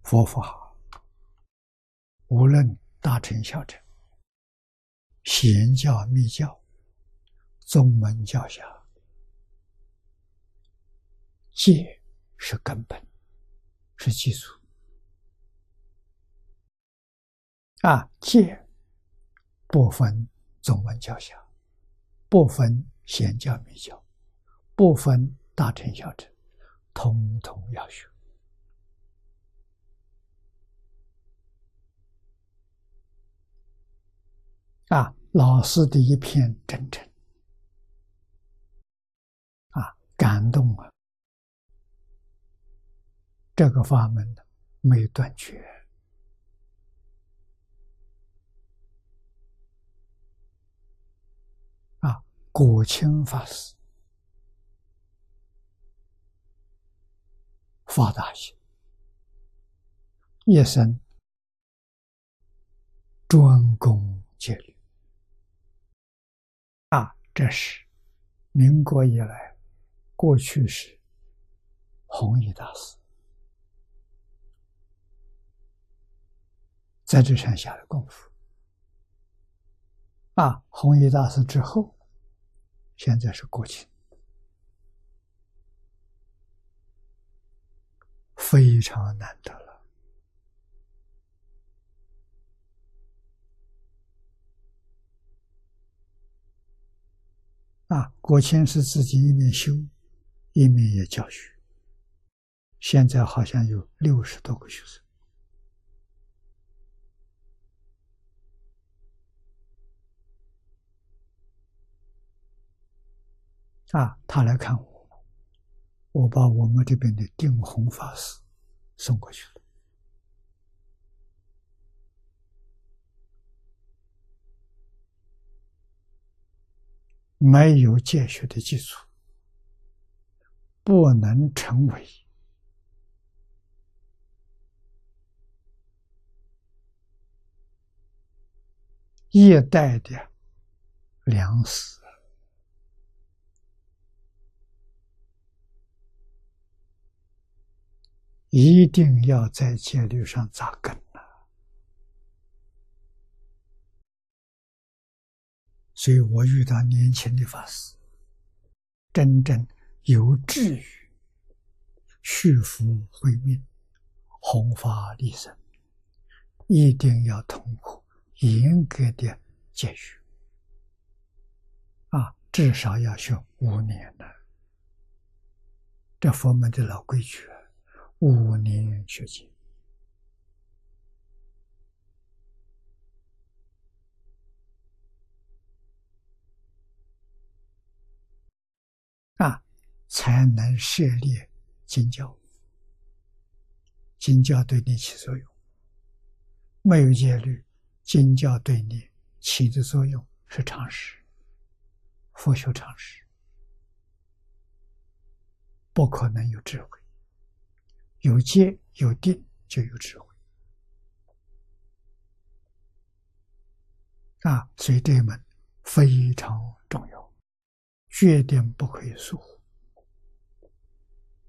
佛法，无论大乘小乘，显教密教，宗门教下，戒是根本，是基础。戒不分宗门教下，不分显教密教，不分大乘小乘，统统要学。老师的一片真诚，感动啊！这个法门没断绝。果清法师发大心，一生专攻戒律。这是民国以来，过去是弘一大师在这上下的功夫。弘一大师之后，现在是国清，非常难得了。国清是自己一面修，一面也教学，现在好像有60多个学生。他来看我，我把我们这边的定弘法师送过去了。没有戒学的基础，不能成为一代的良师。一定要在戒律上扎根所以我遇到年轻的法师，真正有志于续福慧命、弘法利生，一定要通过严格的戒律至少要学5年的。这佛门的老规矩，5年学戒。才能涉猎经教，经教对你起作用。没有戒律，经教对你起的作用是常识，佛学常识，不可能有智慧。有戒有定就有智慧所以这一门非常重要，决定不可以疏忽。